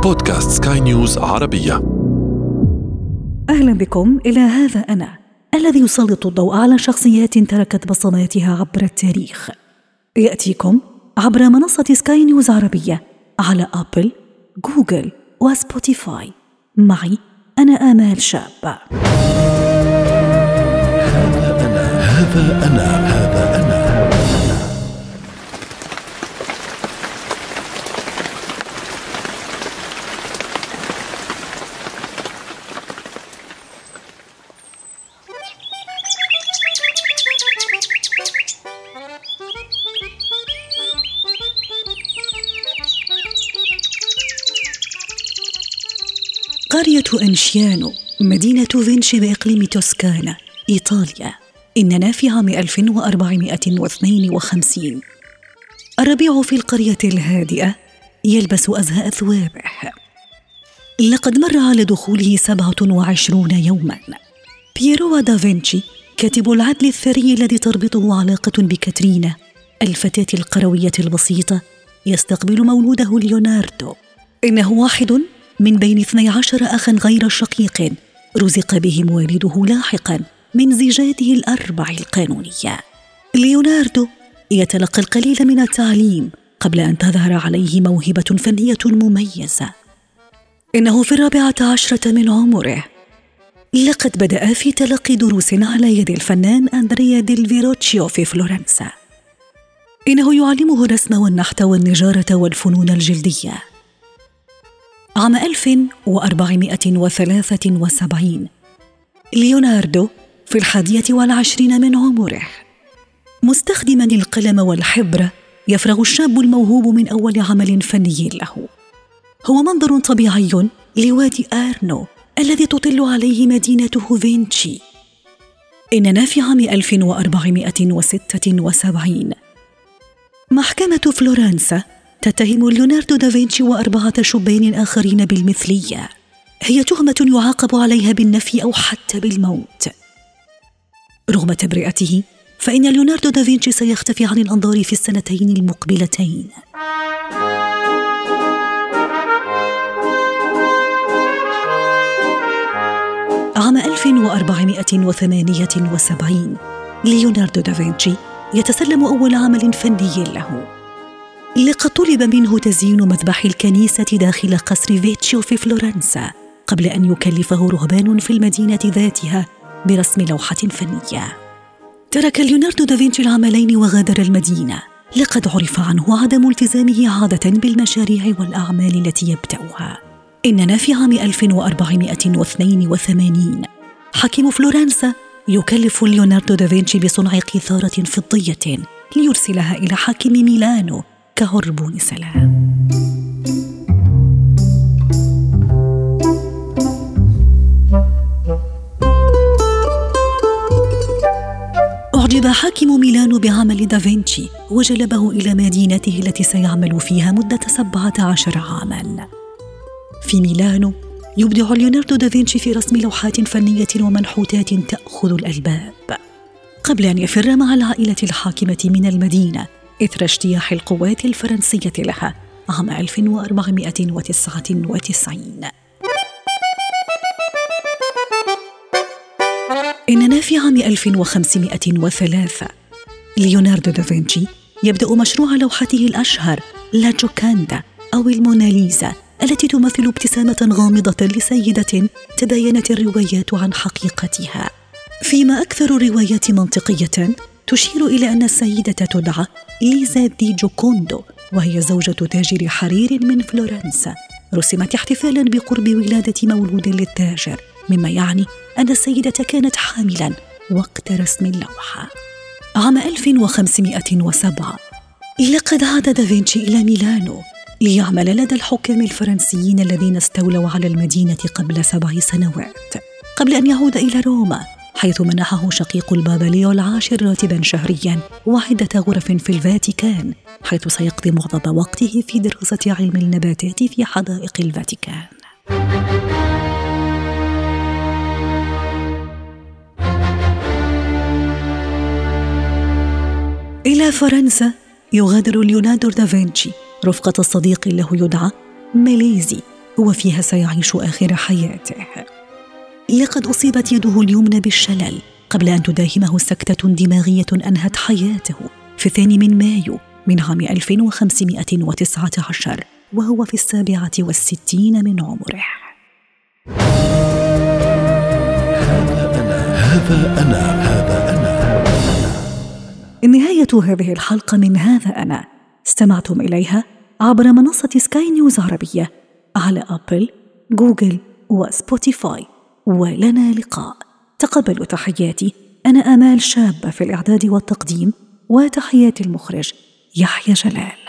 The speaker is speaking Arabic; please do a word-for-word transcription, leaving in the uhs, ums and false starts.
بودكاست سكاي نيوز عربية. أهلا بكم إلى هذا أنا الذي يسلط الضوء على شخصيات تركت بصماتها عبر التاريخ. يأتيكم عبر منصة سكاي نيوز عربية على أبل، جوجل وسبوتيفاي. معي أنا آمال شاب. هذا أنا هذا أنا هذا أنا قرية أنشيانو، مدينة فينشي بإقليم توسكانا، إيطاليا، إننا في عام ألف وأربعمائة واثنين وخمسين. الربيع في القرية الهادئة يلبس أزهى ثوابه. لقد مر على دخوله سبعة وعشرون يوماً. بييرو دافنشي، كاتب العدل الثري الذي تربطه علاقة بكاترينا الفتاة القروية البسيطة، يستقبل مولوده ليوناردو. إنه واحد من بين اثني عشر أخاً غير شقيق رزق بهم والده لاحقاً من زيجاته الأربع القانونية. ليوناردو يتلقى القليل من التعليم قبل أن تظهر عليه موهبة فنية مميزة. إنه في الرابعة عشرة من عمره لقد بدأ في تلقي دروس على يد الفنان أندريا ديل فيروتشيو في فلورنسا. إنه يعلمه الرسم والنحت والنجارة والفنون الجلدية. عام ألف وأربعمائة وثلاثة وسبعين ليوناردو في الحادية والعشرين من عمره. مستخدماً القلم والحبر يفرغ الشاب الموهوب من أول عمل فني له. هو منظر طبيعي لوادي آرنو الذي تطل عليه مدينته فينشي. إننا في عام ألف وأربعمائة وستة وسبعين. محكمة فلورنسا تتهم ليوناردو دافنشي وأربعة شبان آخرين بالمثلية. هي تهمة يعاقب عليها بالنفي أو حتى بالموت. رغم تبرئته، فإن ليوناردو دافنشي سيختفي عن الأنظار في السنتين المقبلتين. عام ألف وأربعمائة وثمانية وسبعين ليوناردو دافنشي يتسلم أول عمل فني له. لقد طلب منه تزيين مذبح الكنيسة داخل قصر فيتشيو في فلورنسا قبل أن يكلفه رهبان في المدينة ذاتها برسم لوحة فنية. ترك ليوناردو دافنشي العملين وغادر المدينة. لقد عرف عنه عدم التزامه عادة بالمشاريع والأعمال التي يبدأها. إننا في عام ألف وأربعمائة واثنين وثمانين. حاكم فلورنسا يكلف ليوناردو دافنشي بصنع قيثارة فضية ليرسلها إلى حاكم ميلانو كعربون سلام. أعجب حاكم ميلانو بعمل دافنشي وجلبه إلى مدينته التي سيعمل فيها مدة سبعة عشر عاماً. في ميلانو يبدع ليوناردو دافنشي في رسم لوحات فنية ومنحوتات تأخذ الألباب قبل أن يفر مع العائلة الحاكمة من المدينة إثر اجتياح القوات الفرنسية لها عام ألف وأربعمائة وتسعة وتسعين. إننا في عام ألف وخمسمائة وثلاثة. ليوناردو دافنشي يبدأ مشروع لوحته الأشهر لا جوكاندا أو الموناليزا، التي تمثل ابتسامة غامضة لسيدة تباينت الروايات عن حقيقتها، فيما أكثر الروايات منطقية تشير إلى أن السيدة تدعى ليزا دي جوكوندو، وهي زوجة تاجر حرير من فلورنسا. رسمت احتفالاً بقرب ولادة مولود للتاجر، مما يعني أن السيدة كانت حاملاً وقت رسم اللوحة. عام ألف وخمسمائة وسبعة لقد عاد دافنشي إلى ميلانو ليعمل لدى الحكام الفرنسيين الذين استولوا على المدينة قبل سبع سنوات، قبل أن يعود إلى روما، حيث منحه شقيق البابا ليو العاشر راتباً شهرياً وعدة غرف في الفاتيكان، حيث سيقضي معظم وقته في دراسة علم النباتات في حدائق الفاتيكان. إلى فرنسا يغادر ليوناردو دافنشي رفقة الصديق له يدعى ميليزي، هو فيها سيعيش آخر حياته. لقد أصيبت يده اليمنى بالشلل قبل أن تداهمه سكتة دماغية أنهت حياته في الثاني من مايو من عام ألف وخمسمائة وتسعة عشر وهو في السابعة والستين من عمره. هذا أنا هذا أنا هذا أنا. نهاية هذه الحلقة من هذا أنا، استمعتم إليها عبر منصة سكاي نيوز عربية على أبل، جوجل وسبوتيفاي. ولنا لقاء. تقبلوا تحياتي، أنا آمال شابة في الإعداد والتقديم، وتحيات المخرج يحيى جلال.